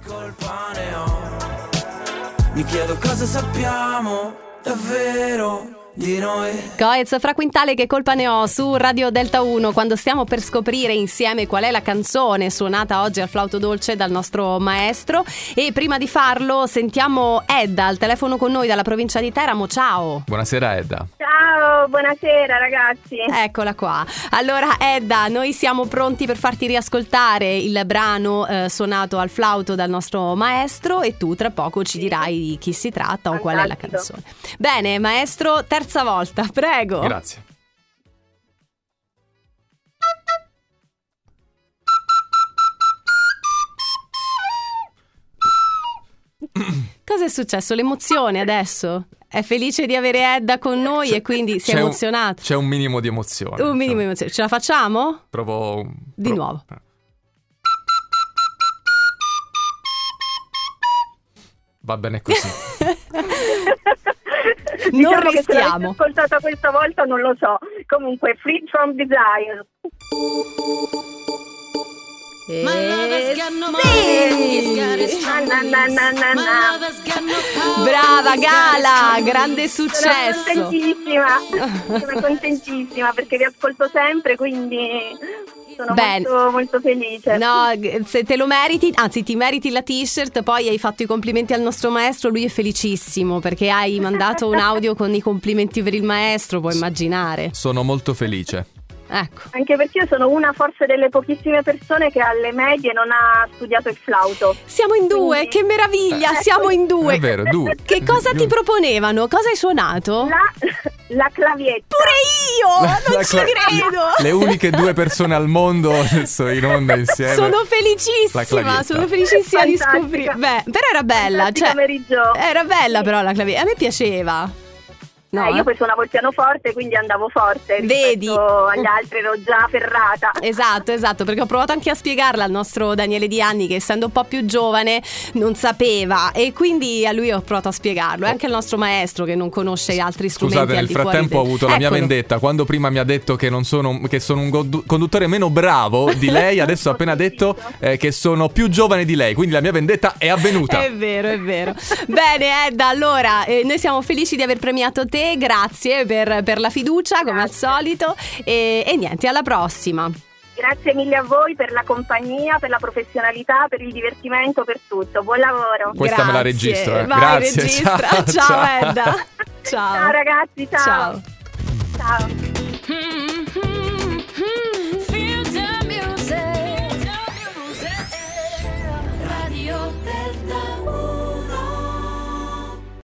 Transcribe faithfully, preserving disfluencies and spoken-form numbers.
colpa ne ho? Mi chiedo cosa sappiamo davvero di noi. Coez, Fra Quintale, che colpa ne ho, su Radio Delta uno, quando stiamo per scoprire insieme qual è la canzone suonata oggi al flauto dolce dal nostro maestro. E prima di farlo sentiamo Edda al telefono con noi dalla provincia di Teramo. Ciao. Buonasera Edda. Ciao, buonasera ragazzi. Eccola qua. Allora Edda, noi siamo pronti per farti riascoltare il brano eh, suonato al flauto dal nostro maestro, e tu tra poco ci dirai di chi si tratta o qual è la canzone. Bene maestro, terza volta, prego. Grazie. Cosa è successo? L'emozione adesso? È felice di avere Edda con noi c'è, e quindi si è emozionato. Un, c'è un minimo di emozione. Un minimo di emozione. Ce la facciamo? Provo. Di provo. nuovo. Va bene così. Diciamo non rischiamo. Che se l'avete ascoltata questa volta non lo so. Comunque, Free From Desire. E... Sì. Na, na, na, na, na, na. Brava Gala, grande successo. Sono contentissima. Sono contentissima perché vi ascolto sempre, quindi sono molto, molto felice. No, se te lo meriti, anzi ti meriti la t-shirt. Poi hai fatto i complimenti al nostro maestro, lui è felicissimo perché hai mandato un audio con i complimenti per il maestro, puoi immaginare. Sono molto felice. Ecco. Anche perché io sono una forse delle pochissime persone che alle medie non ha studiato il flauto. Siamo in due, quindi... che meraviglia, eh, siamo in due. È vero, due. Che cosa ti proponevano? Cosa hai suonato? La, la clavietta. Pure io, la, non la ci cla- credo. Le uniche due persone al mondo adesso in onda insieme. Sono felicissima, sono felicissima Fantastica. di scoprire. Beh, però era bella, cioè, era bella sì. Però la clavietta, a me piaceva. No, eh, io poi suonavo il pianoforte, quindi andavo forte. Vedi? Agli altri ero già ferrata. Esatto, esatto, perché ho provato anche a spiegarla al nostro Daniele Di Anni, che essendo un po' più giovane non sapeva, e quindi a lui ho provato a spiegarlo, e anche al nostro maestro che non conosce altri strumenti. Scusate, nel frattempo ho avuto la mia vendetta. Quando prima mi ha detto che non sono che sono un conduttore meno bravo di lei, adesso ha appena detto eh, che sono più giovane di lei, quindi la mia vendetta è avvenuta. È vero, è vero. Bene Edda, allora eh, noi siamo felici di aver premiato te. Grazie per, per la fiducia, come grazie. Al solito, e, e niente, alla prossima. Grazie mille a voi per la compagnia, per la professionalità, per il divertimento, per tutto. Buon lavoro. Questa grazie. Me la registro, eh. Vai, grazie. Registra. Ciao, ciao, ciao Edda. Ciao. Ciao ragazzi, ciao. Ciao. Ciao.